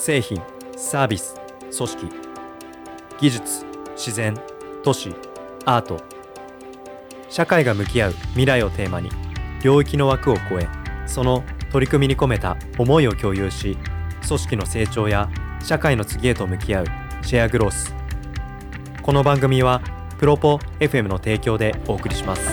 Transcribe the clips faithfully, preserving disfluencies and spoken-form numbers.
製品、サービス、組織、技術、自然、都市、アート、社会が向き合う未来をテーマに領域の枠を超え、その取り組みに込めた思いを共有し、組織の成長や社会の次へと向き合うシェアグロース。この番組はプロポ エフエム の提供でお送りします。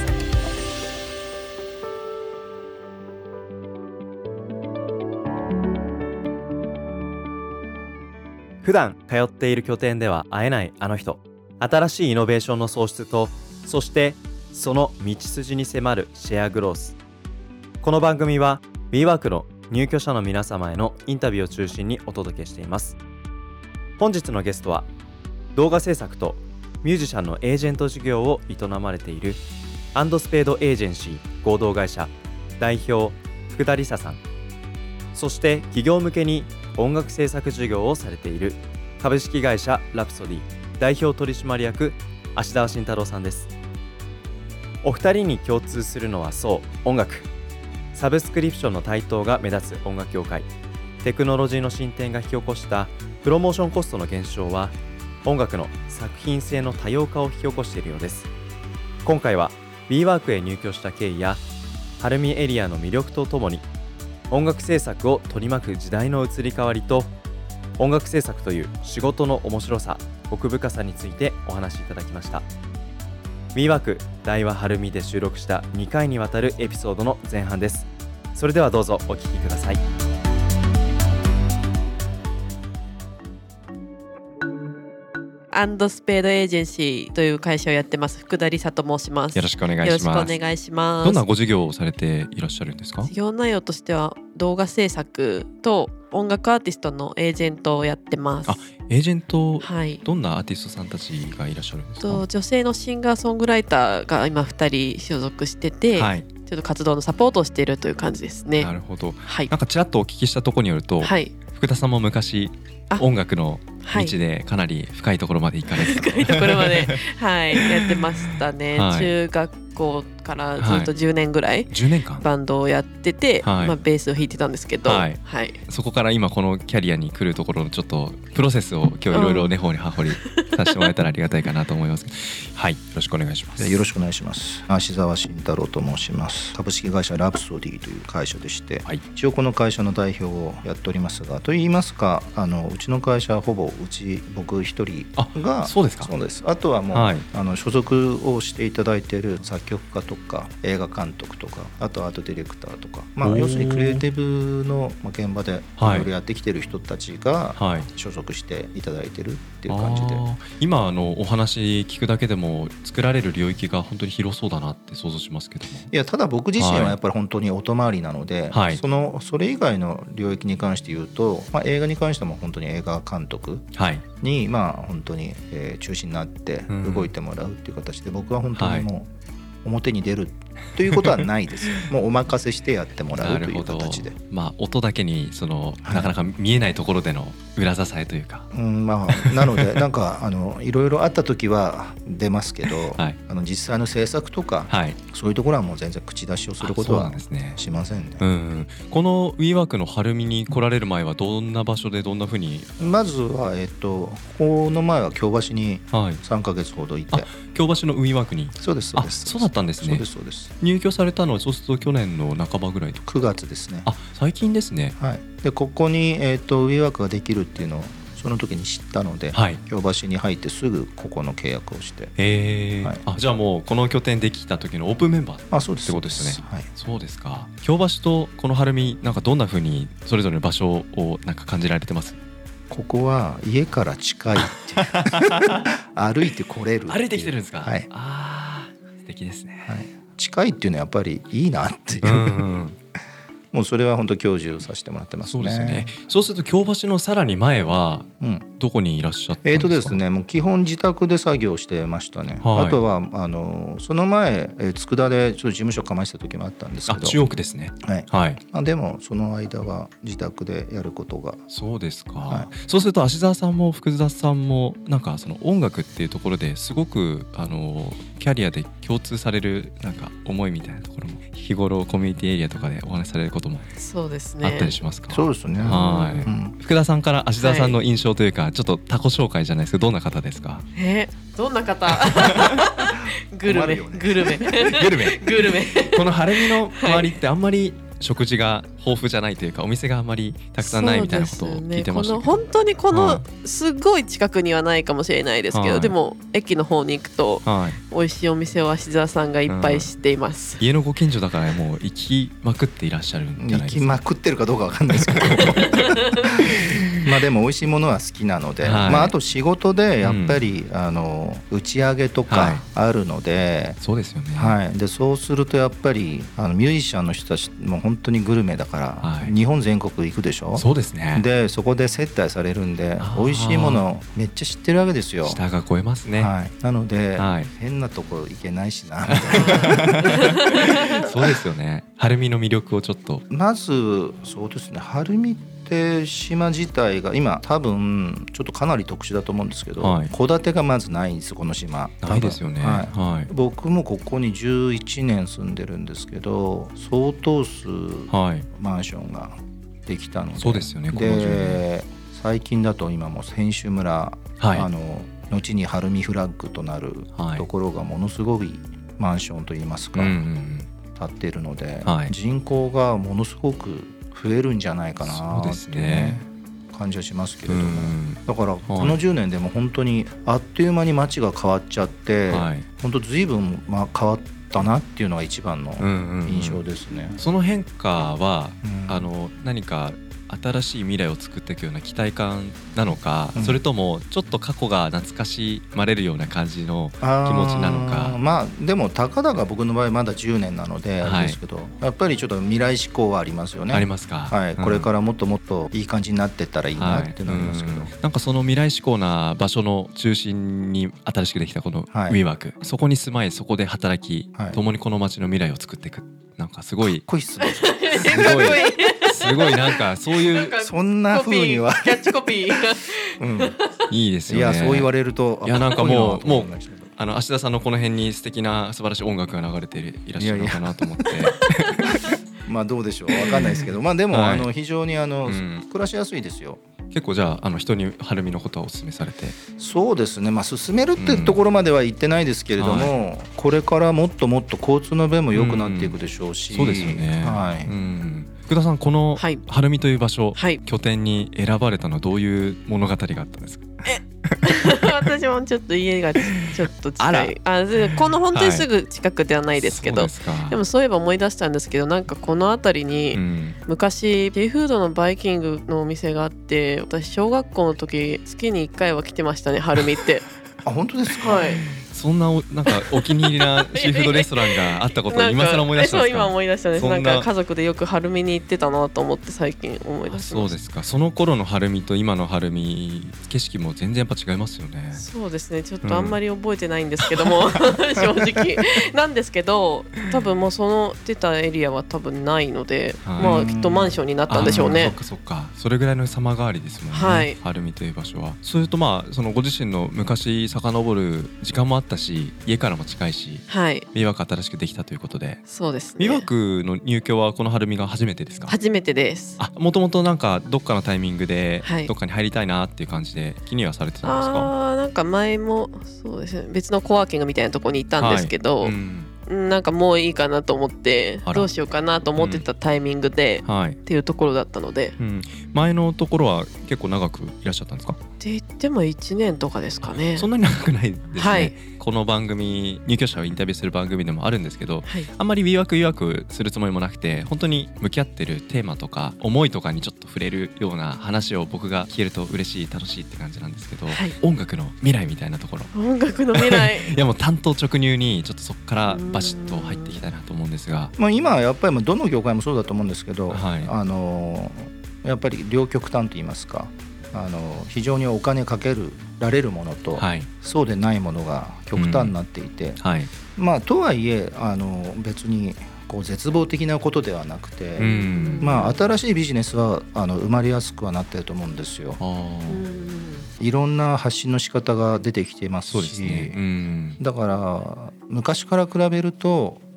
普段通っている拠点では会えないあの人、新しいイノベーションの創出と、そしてその道筋に迫るシェアグロース。この番組は WeWork の入居者の皆様へのインタビューを中心にお届けしています。本日のゲストは動画制作とミュージシャンのエージェント事業を営まれているアンドスペードエージェンシー合同会社代表福田理沙さん、そして企業向けに音楽制作事業をされている株式会社ラプソディ代表取締役芦澤慎太郎さんです。お二人に共通するのはそう音楽、サブスクリプションの台頭が目立つ音楽業界、テクノロジーの進展が引き起こしたプロモーションコストの減少は音楽の作品性の多様化を引き起こしているようです。今回は WeWork へ入居した経緯や晴海エリアの魅力とともに、音楽制作を取り巻く時代の移り変わりと、音楽制作という仕事の面白さ、奥深さについてお話しいただきました。 WeWork 大和晴海で収録したにかいにわたるエピソードの前半です。それではどうぞお聞きください。 アンドスペードエージェンシーという会社をやってます福田理沙と申します。 よろしくお願いします。 よろしくお願いします。 どんなご事業をされていらっしゃるんですか？ 事業内容としては動画制作と音楽アーティストのエージェントをやってます。 あ、エージェント、 はい、 どんなアーティストさんたちがいらっしゃるんですか？ と女性のシンガーソングライターが今ふたり所属してて、はい、ちょっと活動のサポートをしているという感じですね。 なるほど、 はい、 なんかちらっとお聞きしたところによると、はい、福田さんも昔音楽の道でかなり深いところまで行かれてた、 はい、深いところまで、はい、やってましたね、はい、中学校からずっとじゅうねんぐらい、はい、じゅうねんかんバンドをやってて、はい、まあ、ベースを弾いてたんですけど、はいはい、 そこから今このキャリアに来るところのちょっとプロセスを今日いろいろ根掘り葉掘りさせてもらえたらありがたいかなと思いますはい、よろしくお願いします。 よろしくお願いします。芦澤慎太郎と申します。株式会社ラプソディという会社でして、はい、一応この会社の代表をやっておりますが、といいますか、あのうちの会社はほぼうち僕一人が、 あ、そうですか。 そうです。あとはもう、はい、あの所属をしていただいている作曲家とか映画監督とか、あとアートディレクターとか、まあ、要するにクリエイティブの現場でいろいろやってきている人たちが所属していただいているっていう感じで、はい、 今あのお話聞くだけでも作られる領域が本当に広そうだなって想像しますけども、 いや、ただ僕自身はやっぱり本当に音回りなので、はい、そのそれ以外の領域に関して言うと、まあ、映画に関しても本当に映画監督に、まあ本当にえ中心になって動いてもらうっていう形で、僕は本当にもう表に出るということはないですよもうお任せしてやってもらうという形で、 まあ、音だけにその、はい、なかなか見えないところでの裏支えというか、 うん、まあ、なのでなんかあのいろいろあった時は出ますけど、はい、あの実際の制作とか、はい、そういうところはもう全然口出しをすることはしませんね。 うんうん、この WeWork の晴海に来られる前はどんな場所でどんなふうに？ まずは、えっと、この前は京橋にさんかげつほどいて、はい、 京橋の WeWork に？ そうですそうです。 あ、そうだったんですね。 そうですそうです。 入居されたのはそうすると去年の半ばぐらいとか？ くがつですね。 あ、最近ですね。 はい、でここに、えーと、WeWork ができるっていうのをその時に知ったので、はい、京橋に入ってすぐここの契約をして、 へー、はい、あ、じゃあもうこの拠点できた時のオープンメンバーってことですね。 はい、 そうですか。京橋とこの晴海、なんかどんな風にそれぞれの場所をなんか感じられてます？ ここは家から近いって歩いて来れるっていう。 歩いてきてるんですか？ はい、 あー、素敵ですね。 はい、近いっていうのはやっぱりいいなっていう、うんうんもうそれは本当享受させてもらってますね。 そうですね。そうすると京橋のさらに前はどこにいらっしゃったんですか？ えーとですね、もう基本自宅で作業してましたね。はい、あとはあのその前、えー、佃でちょっと事務所構えてた時もあったんですけど、 あ、中央区ですね。はい。はい、 あでもその間は自宅でやることが。 そうですか。はい、そうすると芦澤さんも福田さんもなんかその音楽っていうところですごくあのキャリアで共通されるなんか思いみたいなところも日頃コミュニティエリアとかでお話しされることもそうですね、 あったりしますか？ そうですね。 はい、うん、福田さんから芦澤さんの印象というか、はい、ちょっと他己紹介じゃないですけどどんな方ですか？ えー、どんな方グルメ、ね、グルメグルメグルメこの晴海の周りってあんまり食事が豊富じゃないというかお店があんまりたくさんないみたいなことを聞いてましたけど、ね、 この本当にこのすごい近くにはないかもしれないですけど、はい、でも駅の方に行くと、はい、美味しいお店を芦澤さんがいっぱい知っています、 うん、家のご近所だからもう行きまくっていらっしゃるんじゃないですか？ 行きまくってるかどうかわかんないですけどまあでも美味しいものは好きなので、はい、まあ、あと仕事でやっぱり、うん、あの打ち上げとかあるので、 はい、そうですよね、 はい、でそうするとやっぱりあのミュージシャンの人たちも本当にグルメだから、はい、日本全国行くでしょ。 そうですね。 でそこで接待されるんで美味しいものめっちゃ知ってるわけですよ。 舌が超えますね、 はい、なので、はい、変なとこ行けないしなみたいなそうですよね。晴海の魅力をちょっとまずそうですね、晴海って島自体が今多分ちょっとかなり特殊だと思うんですけど、はい、戸建てがまずないんですこの島。 ないですよね、 はいはい、僕もここにじゅういちねん住んでるんですけど相当数マンションができたので、はい、 そうですよね。 で最近だと今も選手村、はい、あの後に晴海フラッグとなるところがものすごいマンションといいますか、はい、建っているので、はい、人口がものすごく増えるんじゃないかなっていうね感じはしますけれども、だからこのじゅうねんでも本当にあっという間に街が変わっちゃって、はい、本当随分まあ変わったなっていうのが一番の印象ですね、 うんうんうん、その変化は、うん、あの何か新しい未来を作っていくような期待感なのか、うん、それともちょっと過去が懐かしまれるような感じの気持ちなのか。 まあでもたかだか僕の場合まだじゅうねんなのであれですけど、はい、やっぱりちょっと未来志向はありますよね。 ありますか、 はい、うん、これからもっともっといい感じになっていったらいいなってなりますけど、はい、 うん、なんかその未来志向な場所の中心に新しくできたこの WeWork、はい、そこに住まいそこで働き、はい、共にこの街の未来を作っていく、なんかすごいかっこいいっすねすごいすごいなんかそういうそんな風にはキャッチコピー、 うん、いいですよね。 いやそう言われるといやなんかもうもうあの芦田さんのこの辺に素敵な素晴らしい音楽が流れていらっしゃるのかなと思っていやいやまあどうでしょう分かんないですけど、まあでも、はい、あの非常にあの、うん、暮らしやすいですよ。 結構じゃあ、あの人に晴海のことはお勧めされて。 そうですね、まあ、勧めるってところまでは言ってないですけれども、うん、はい、これからもっともっと交通の便も良くなっていくでしょうし、 うん、そうですよね、 はい、 うん、福田さんこの晴海という場所、はい、拠点に選ばれたのはどういう物語があったんですか？ 私もちょっと家がちょっと近い、あこの本当にすぐ近くではないですけど、はい、で, でもそういえば思い出したんですけど、なんかこの辺りに昔シーフードのバイキングのお店があって、私小学校の時月にいっかいは来てましたね、晴海ってあ本当ですか？ はい、 そんななんかお気に入りなシーフードレストランがあったことを今更思い出したんですか？ そう今思い出したんです。なんか家族でよく晴海に行ってたなと思って最近思い出しました。 そうですか。その頃の晴海と今の晴海景色も全然やっぱ違いますよね。 そうですね、ちょっとあんまり覚えてないんですけども、うん、正直なんですけど、多分もうその出たエリアは多分ないので、まあきっとマンションになったんでしょうね。 そっかそっか、それぐらいの様変わりですもんね、はい、晴海という場所は。それとまあそのご自身の昔遡る時間もあったし、家からも近いし、はい、WeWork新しくできたということで。 そうですね。 WeWorkの入居はこの晴海が初めてですか？ 初めてです。 あ、もともとなんかどっかのタイミングでどっかに入りたいなっていう感じで気にはされてたんですか？ あ、なんか前もそうですね、別のコワーキングみたいなところに行ったんですけど、はい、うん、なんかもういいかなと思ってどうしようかなと思ってたタイミングで、うん、はい、っていうところだったので、 うん、前のところは結構長くいらっしゃったんですか？ って言ってもいちねんとかですかね。 そんなに長くないですね、はい、この番組入居者をインタビューする番組でもあるんですけど、はい、あんまり WeWork WeWorkするつもりもなくて、本当に向き合ってるテーマとか思いとかにちょっと触れるような話を僕が聞けると嬉しい楽しいって感じなんですけど、はい、音楽の未来みたいなところ、 音楽の未来いやもう担当直入にちょっとそこからバシッと入っていきたいなと思うんですが、 まあ、今はやっぱりどの業界もそうだと思うんですけど、はい、あのやっぱり両極端といいますか、あの非常にお金かけるられるものと、はい、そうでないものが極端になっていて、うん、はい、まあ、とはいえあの別にこう絶望的なことではなくて、うん、まあ、新しいビジネスはあの生まれやすくはなってると思うんですよ。いろんな発信の仕方が出てきてますし、そうですね、うん、だから昔から比べると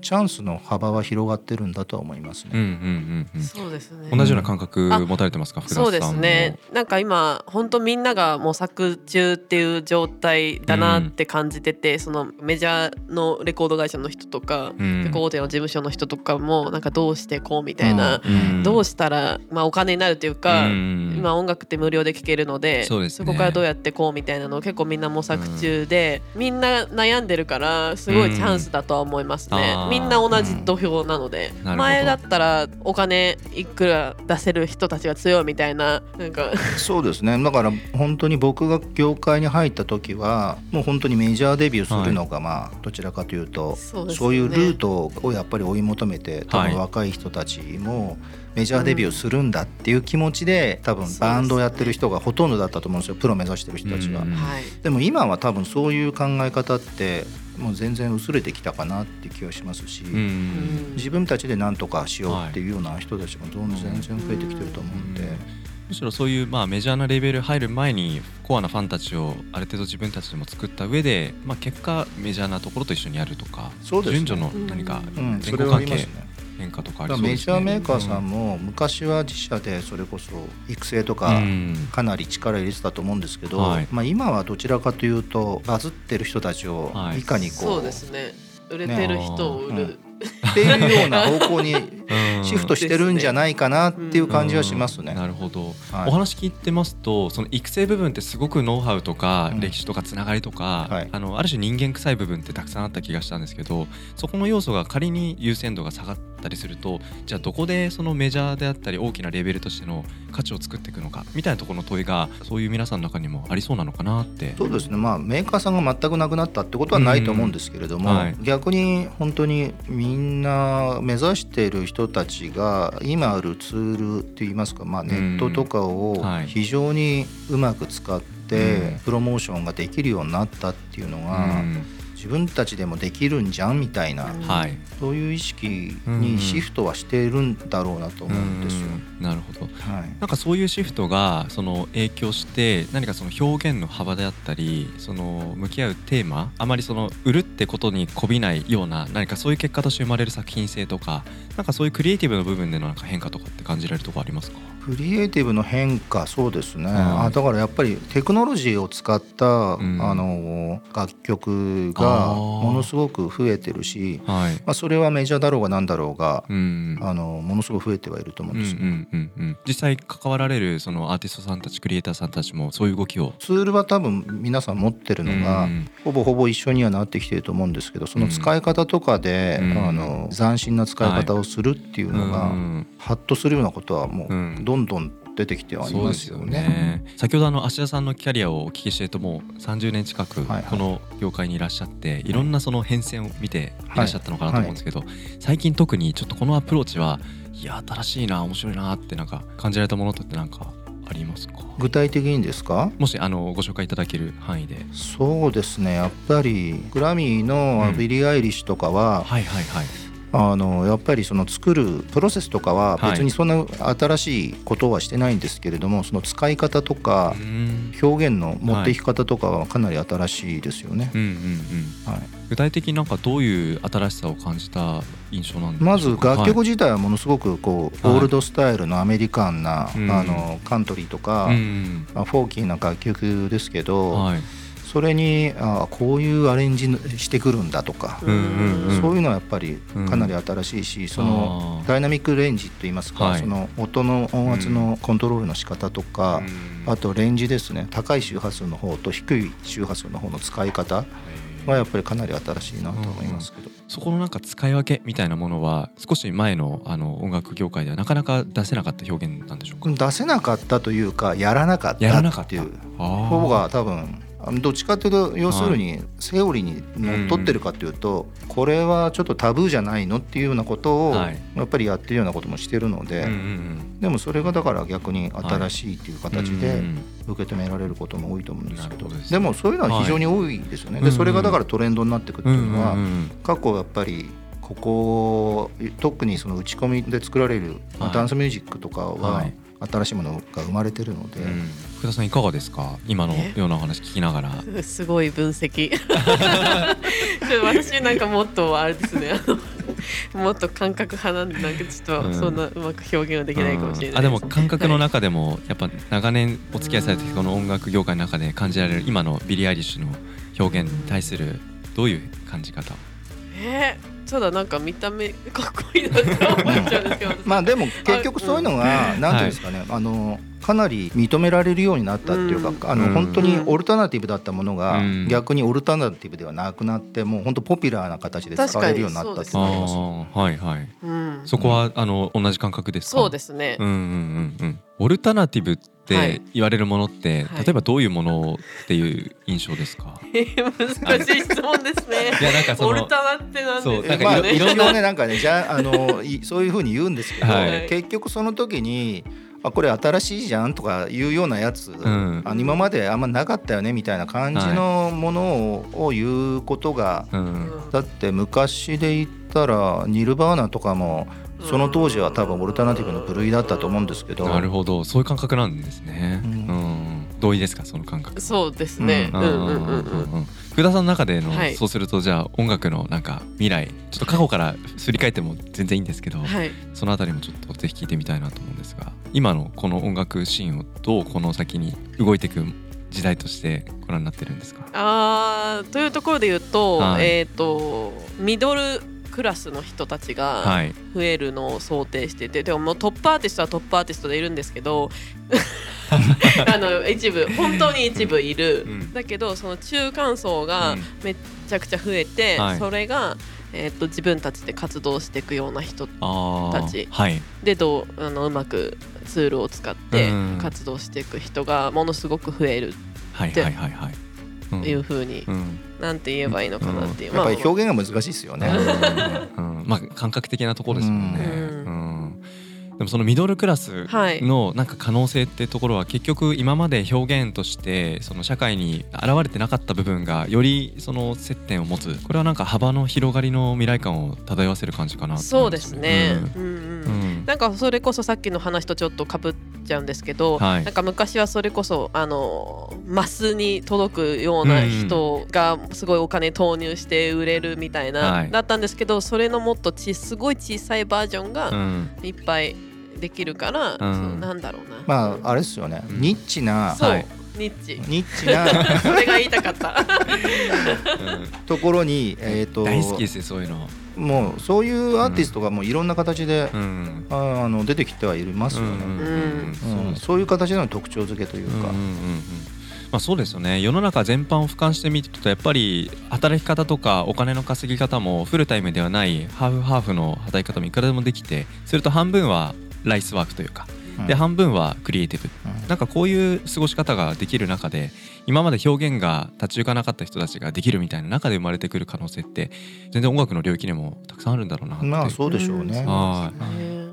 チャンスの幅は広がってるんだとは思いますね。 うんうんうんうん、そうですね。 同じような感覚持たれてますか、福田さんも。 そうですね。なんか今本当みんなが模索中っていう状態だなって感じてて、うん、そのメジャーのレコード会社の人とか、うん、大手の事務所の人とかもなんかどうしてこうみたいな、うん、どうしたら、まあ、お金になるというか、うん、今音楽って無料で聴けるので、そうですね、そこからどうやってこうみたいなのを結構みんな模索中で、うん、みんな悩んでるからすごいチャンスだとは思いますね、うん、みんな同じ土俵なので、うん、前だったらお金いくら出せる人たちが強いみたいな、なんかそうですね。だから本当に僕が業界に入った時はもう本当にメジャーデビューするのがまあどちらかというと、そうですね、そういうルートをやっぱり追い求めて、多分若い人たちもメジャーデビューするんだっていう気持ちで多分バンドをやってる人がほとんどだったと思うんですよ、プロ目指してる人たちは。でも今は多分そういう考え方ってもう全然薄れてきたかなっていう気がしますし、自分たちで何とかしようっていうような人たちもどんどん全然増えてきてると思うんで、 むしろそういうまあメジャーなレベル入る前にコアなファンたちをある程度自分たちでも作った上で、まあ、結果メジャーなところと一緒にやるとか、そうですね、順序の何か前後関係変化とかありそうですね。 メジャーメーカーさんも昔は自社でそれこそ育成とかかなり力入れてたと思うんですけど、はい、まあ、今はどちらかというとバズってる人たちをいかにこう、 そうですね、売れてる人を売る、ね、 うん、っていうような方向にシフトしてるんじゃないかなっていう感じはしますね。 うん、なるほど、はい、お話聞いてますとその育成部分ってすごくノウハウとか歴史とかつながりとか、うん、はい、あのある種人間臭い部分ってたくさんあった気がしたんですけど、そこの要素が仮に優先度が下がったりすると、じゃあどこでそのメジャーであったり大きなレベルとしての価値を作っていくのかみたいなところの問いがそういう皆さんの中にもありそうなのかなって。 そうですね、まあ、メーカーさんが全くなくなったってことはないと思うんですけれども、うん、はい、逆に本当にみんな目指している人たちが今あるツールっていいますか、まあ、ネットとかを非常にうまく使ってプロモーションができるようになったっていうのが、うん、自分たちでもできるんじゃんみたいな、はい、そういう意識にシフトはしているんだろうなと思うんですよ。 うん、なるほど、はい、なんかそういうシフトがその影響して何かその表現の幅であったりその向き合うテーマ、あまりその売るってことにこびないような何かそういう結果として生まれる作品性とか、なんかそういうクリエイティブの部分でのなんか変化とかって感じられるところありますか？ クリエイティブの変化、そうですね、うん、あだからやっぱりテクノロジーを使った、うん、あの楽曲がものすごく増えてるし、はい、まあ、それはメジャーだろうがなんだろうが、うん、あのものすごく増えてはいると思うんですよ、うんうんうんうん、 実際関わられるそのアーティストさんたちクリエイターさんたちもそういう動きを、 ツールは多分皆さん持ってるのが、うん、ほぼほぼ一緒にはなってきてると思うんですけど、その使い方とかで、うん、あの斬新な使い方をするっていうのが、はい、うん、ハッとするようなことはもう、うん、どんどん出てきてはいますよね。そうですよね。 先ほどあの芦田さんのキャリアをお聞きしているともうさんじゅうねん近くこの業界にいらっしゃって、はいはい、いろんなその変遷を見ていらっしゃったのかなと思うんですけど、はいはい、最近特にちょっとこのアプローチはいや新しいな面白いなってなんか感じられたものってなんかありますか？ 具体的にですか？ もしあのご紹介いただける範囲で。 そうですね、やっぱりグラミーのビリー・アイリッシュとかは、うん、はいはいはい、あのやっぱりその作るプロセスとかは別にそんな新しいことはしてないんですけれども、はい、その使い方とか表現の持っていき方とかはかなり新しいですよね。 具体的になんかどういう新しさを感じた印象なんですか？ まず楽曲自体はものすごくこう、はい、オールドスタイルのアメリカンな、はい、あのカントリーとか、うん、フォーキーな楽曲ですけど、はい、それにあこういうアレンジしてくるんだとか、うんうんうん、そういうのはやっぱりかなり新しいし、うん、そのダイナミックレンジといいますか、はい、その音の音圧のコントロールの仕方とか、うん、あとレンジですね、高い周波数の方と低い周波数の方の使い方はやっぱりかなり新しいなと思いますけど、うんうん、 そこのなんか使い分けみたいなものは少し前 の, あの音楽業界ではなかなか出せなかった表現なんでしょうか？ 出せなかったというかやらなかったっていう方が多分どっちかというと要するにセオリーにのっとってるかというと、これはちょっとタブーじゃないのっていうようなことをやっぱりやってるようなこともしてるので、でもそれがだから逆に新しいっていう形で受け止められることも多いと思うんですけど、でもそういうのは非常に多いですよね。でそれがだからトレンドになっていくっていうのは過去やっぱりここ特にその打ち込みで作られるダンスミュージックとかは新しいものが生まれてるので、うん、 福田さんいかがですか？今のようなお話聞きながら。 すごい分析私なんかもっとあれですねもっと感覚派なんでなんかちょっとそんなうまく表現はできないかもしれないです、ね、 あでも感覚の中でもやっぱ長年お付き合いされてこの音楽業界の中で感じられる今のビリー・アイリッシュの表現に対するどういう感じ方？ えー、ただなんか見た目かっこいいなって思っちゃうんですけどまあでも結局そういうのが何ていうんですかね、はい、あのかなり認められるようになったっていうか、うん、あの本当にオルタナティブだったものが逆にオルタナティブではなくなってもう本当ポピュラーな形で使われるようになったっていうのがあります。 はいはい、うん、そこはあの同じ感覚ですか？ そうですね、 うんうんうんうん、オルタナティブって言われるものって、はい、例えばどういうものっていう印象ですか？ えー、難しい質問ですね。いやなんかそのオルタナって何ですかね。 まあ、いろんなねなんかねじゃあのそういうふうに言うんですけど、はい、結局その時にあこれ新しいじゃんとかいうようなやつ、うん、あ今まであんまなかったよねみたいな感じのものを、はい、を言うことが、うん、だって昔で言ったらニルバーナとかもその当時は多分オルタナティブの部類だったと思うんですけど。 なるほど、そういう感覚なんですね、うんうん、同意ですかその感覚？ そうですね、 福田さんの中での、はい、そうするとじゃあ音楽のなんか未来ちょっと過去から振り返っても全然いいんですけど、はい、そのあたりもちょっとぜひ聞いてみたいなと思うんですが、今のこの音楽シーンをどうこの先に動いていく時代としてご覧になってるんですか？ あというところで言うと、はい、えーとミドルクラスの人たちが増えるのを想定してて、はい、でももうトップアーティストはトップアーティストでいるんですけどあの一部本当に一部いる、うん、だけどその中間層がめっちゃくちゃ増えて、うん、それが、えー、と自分たちで活動していくような人たち、はい、でどうあのうまくツールを使って活動していく人がものすごく増えるって、はいはいはいはいいう風に、うん、なんて言えばいいのかなっていう、 うん、やっぱり表現が難しいですよね、 うんうん、まあ感覚的なところですもんね、うんうんでもそのミドルクラスのなんか可能性ってところは結局今まで表現としてその社会に現れてなかった部分がよりその接点を持つ、これはなんか幅の広がりの未来感を漂わせる感じかなと思いますね。 そうですね、うんうんうん、なんかそれこそさっきの話とちょっと被っちゃうんですけど、はい、なんか昔はそれこそあのマスに届くような人がすごいお金投入して売れるみたいな、はい、だったんですけど、それのもっとちすごい小さいバージョンがいっぱいできるから、うん、そうなんだろうな、 まああれですよね、うん、ニッチな、 そう、はい、ニッチニッチなそれが言いたかったところに、えーと、 大好きですよそういうの。 もうそういうアーティストがもういろんな形で、うん、ああの出てきてはいますよね、うんうんうん、そういう形での特徴付けというか、うんうんうん、 まあ、そうですよね。世の中全般を俯瞰してみるとやっぱり働き方とかお金の稼ぎ方もフルタイムではないハーフハーフの働き方もいくらでもできて、すると半分はライスワークというか、うん、で半分はクリエイティブ、うん、なんかこういう過ごし方ができる中で今まで表現が立ち行かなかった人たちができるみたいな中で生まれてくる可能性って全然音楽の領域にもたくさんあるんだろうなって。 まあそうでしょうね。 はい、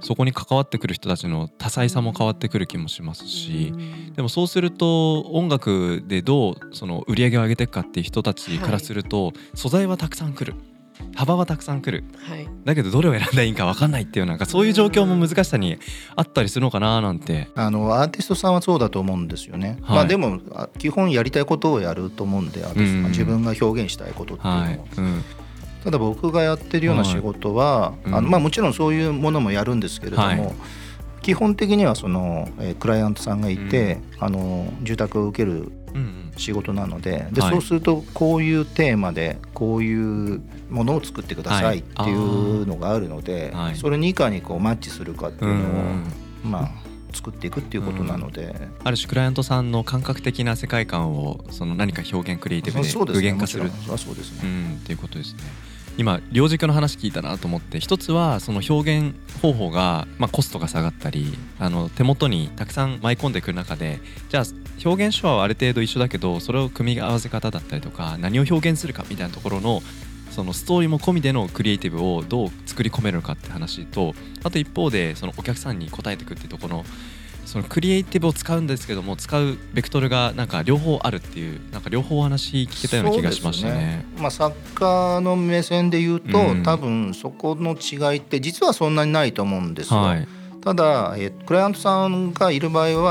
そこに関わってくる人たちの多彩さも変わってくる気もしますし、でもそうすると音楽でどうその売り上げを上げていくかっていう人たちからすると、はい、素材はたくさん来る、幅はたくさん来る、はい、だけどどれを選んだらいいか分かんないっていうなんかそういう状況も難しさにあったりするのかななんて。 あのアーティストさんはそうだと思うんですよね、はい、まあ、でも基本やりたいことをやると思うんで、アーティストさん、うん、自分が表現したいことっていうのを、はい、うん、ただ僕がやってるような仕事は、はい、あのまあ、もちろんそういうものもやるんですけれども、はい、基本的にはその、えー、クライアントさんがいて、うん、あの住宅を受ける仕事なので、で、はい、そうするとこういうテーマでこういうものを作ってくださいっていうのがあるので、はい、それにいかにこうマッチするかっていうのを、うん、まあ作っていくっていうことなので、うん、 ある種クライアントさんの感覚的な世界観をその何か表現クリエイティブで具現化するっていうことですね。今両軸の話聞いたなと思って、一つはその表現方法が、まあ、コストが下がったりあの手元にたくさん舞い込んでくる中で、じゃあ表現手話はある程度一緒だけどそれを組み合わせ方だったりとか何を表現するかみたいなところのそのストーリーも込みでのクリエイティブをどう作り込めるのかって話と、あと一方でそのお客さんに応えていくっていうところのそのクリエイティブを使うんですけども使うベクトルがなんか両方あるっていう、なんか両方お話聞けたような気がしましたね。ね、 まあ、作家の目線で言うと、うん、多分そこの違いって実はそんなにないと思うんですよ、はい、ただえクライアントさんがいる場合は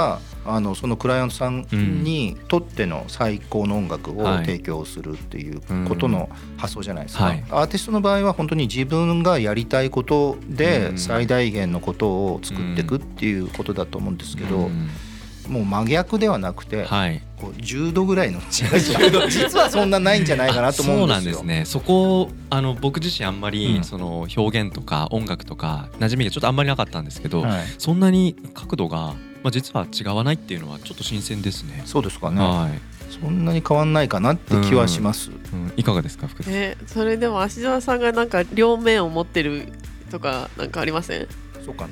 あのそのクライアントさんにとっての最高の音楽を提供するっていうことの発想じゃないですか、はい、アーティストの場合は本当に自分がやりたいことで最大限のことを作っていくっていうことだと思うんですけど、もう真逆ではなくて、はい、こうじゅうどぐらいの違い実はそんなないんじゃないかなと思うんですよ。 そうなんですね。そこあの僕自身あんまり、うん、その表現とか音楽とか馴染みがちょっとあんまりなかったんですけど、はい、そんなに角度が、まあ、実は違わないっていうのはちょっと新鮮ですね。 そうですかね、はい、そんなに変わんないかなって気はします、 うんうん、いかがですか福田さん、 えー、それでも芦澤さんがなんか両面を持ってるとかなんかありません？ そうかな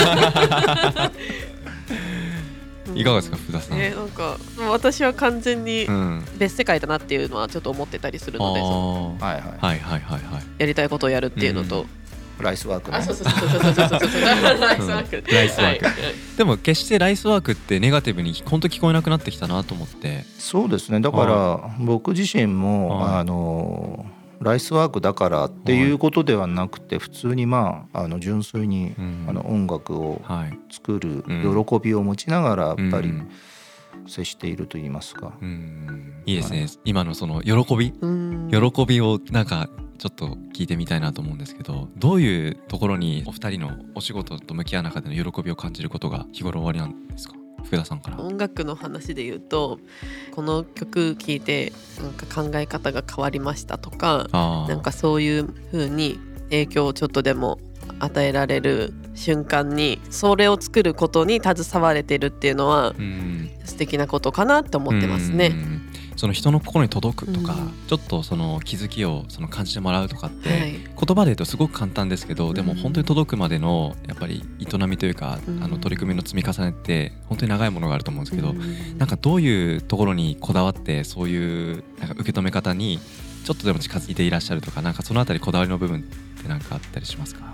いかがですか福田さん、 えー、なんか私は完全に別世界だなっていうのはちょっと思ってたりするので、うん、そはいはいはいはいやりたいことをやるっていうのと、 うん、ライスワークね。 あ、そうそうそうそうそうそうそうライスワーク、 ライスワーク、はい、でも決してライスワークってネガティブに本当聞こえなくなってきたなと思って。 そうですね。だから僕自身もあのライスワークだからっていうことではなくて、普通にまああの純粋にあの音楽を作る喜びを持ちながらやっぱり接していると言いますか、 うん、いいですね、はい、今のその喜び喜びをなんかちょっと聞いてみたいなと思うんですけど、どういうところにお二人のお仕事と向き合う中での喜びを感じることが日頃おありなんですか？福田さんから。 音楽の話で言うと、この曲聴いてなんか考え方が変わりましたとか、なんかそういう風に影響をちょっとでも与えられる瞬間にそれを作ることに携われてるっていうのは素敵なことかなって思ってますね。 その人の心に届くとか、うん、ちょっとその気づきをその感じてもらうとかって、はい、言葉で言うとすごく簡単ですけど、うん、でも本当に届くまでのやっぱり営みというか、うん、あの取り組みの積み重ねって本当に長いものがあると思うんですけど、うん、なんかどういうところにこだわってそういうなんか受け止め方にちょっとでも近づいていらっしゃるとか、なんかそのあたりこだわりの部分ってなんかあったりしますか？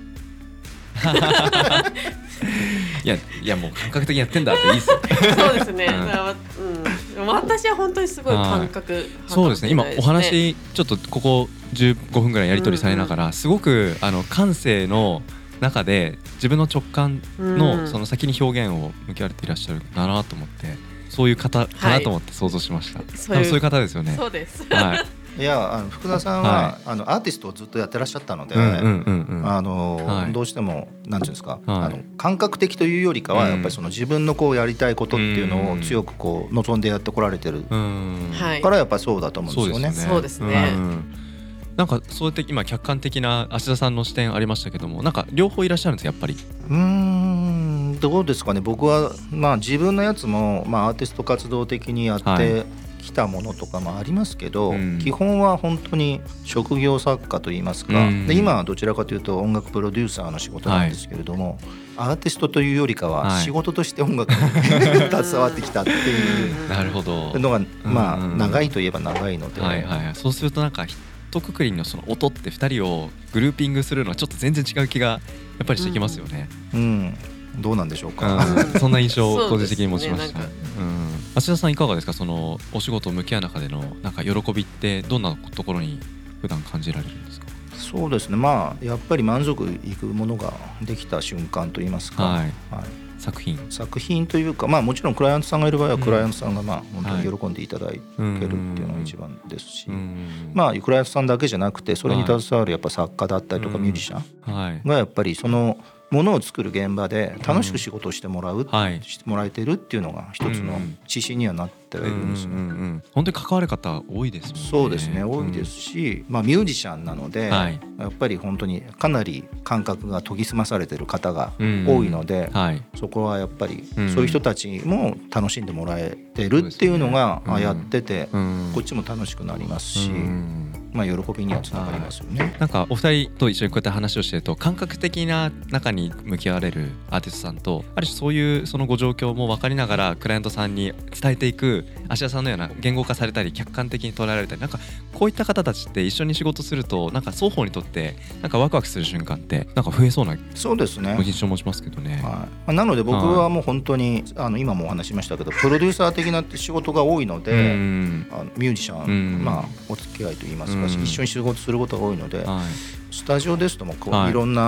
いやいやもう感覚的にやってんだっていいっすよそうですね、うんうん、私は本当にすごい感覚、 そうですね。今お話ちょっとここじゅうごふんぐらいやり取りされながら、うんうん、すごくあの感性の中で自分の直感のその先に表現を向き合われていらっしゃるんだなと思って、そういう方かなと思って想像しました、はい、そういう、そういう方ですよね。 そうです、 はいいやあの福田さんは、はい、あのアーティストをずっとやってらっしゃったので、あの、はい、どうしてもなんていうんですか、はい、あの感覚的というよりかは、うん、やっぱりその自分のこうやりたいことっていうのを強くこう望んでやってこられてるからやっぱりそうだと思うんですよね。 そうですね。 なんかそうやって今客観的な芦田さんの視点ありましたけども、なんか両方いらっしゃるんですかやっぱり。 うーんどうですかね。僕はまあ自分のやつもまあアーティスト活動的にやって、はい来たものとかもありますけど、うん、基本は本当に職業作家といいますか、うん、で今はどちらかというと音楽プロデューサーの仕事なんですけれども、はい、アーティストというよりかは仕事として音楽に携わってきたっていうのがまあ長いといえば長いので、 はいはい、そうするとなんかひとくくりのその音ってふたりをグルーピングするのはちょっと全然違う気がやっぱりしてきますよね。 うん、うんどうなんでしょうか、 うん、そんな印象を個人的に持ちました。芦田さんいかがですか？そのお仕事を向き合う中でのなんか喜びってどんなところに普段感じられるんですか？ そうですね、まあやっぱり満足いくものができた瞬間といいますか、はいはい、作品作品というか、まあもちろんクライアントさんがいる場合はクライアントさんがまあ本当に喜んでいただけるっていうのが一番ですし、はい、まあクライアントさんだけじゃなくてそれに携わるやっぱ作家だったりとかミュージシャンがやっぱりそのものを作る現場で楽しく仕事をしてもらう、うんはい、してもらえてるっていうのが一つの指針にはなってはいるんですね、うんうんうん、 本当に関わる方多いですもんね。 そうですね多いですし、まあ、ミュージシャンなので、はい、やっぱり本当にかなり感覚が研ぎ澄まされてる方が多いので、うんはい、そこはやっぱりそういう人たちも楽しんでもらえてるっていうのが、うん、やってて、うん、こっちも楽しくなりますし、うんまあ、喜びにはつながりますよね。 なんかお二人と一緒にこうやって話をしてると感覚的な中に向き合われるアーティストさんと、ある種そういうそのご状況も分かりながらクライアントさんに伝えていく芦田さんのような言語化されたり客観的に捉えられたり、なんかこういった方たちって一緒に仕事するとなんか双方にとってなんかワクワクする瞬間ってなんか増えそうなそうですね印象を持ちますけどね。 はい、なので僕はもう本当にあの今もお話しましたけどプロデューサー的な仕事が多いので、うんあのミュージシャン、うんまあ、お付き合いといいますか、うん、一緒に仕事することが多いので、はい、スタジオですともこう、はい、いろんな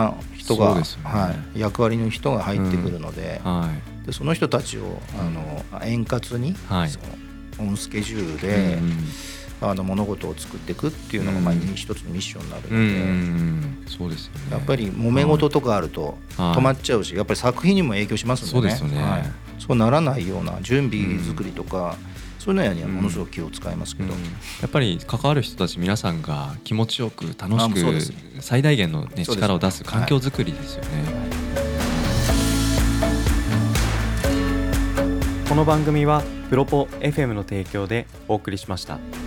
人が、ねはい、役割の人が入ってくるので、うんはい、でその人たちをあの円滑に、はい、そのオンスケジュールで、うんあの物事を作っていくっていうのがまあ一つのミッションになるので、うん、そうですよね、やっぱり揉め事とかあると止まっちゃうし、やっぱり作品にも影響しますのでね、そうですよね、はい、そうならないような準備作りとか、うん、そういうのにはものすごく気を使いますけど、うんうん、やっぱり関わる人たち皆さんが気持ちよく楽しく最大限の、ね、力を出す環境づくりですよね、 はい、この番組はプロポ エフエム の提供でお送りしました。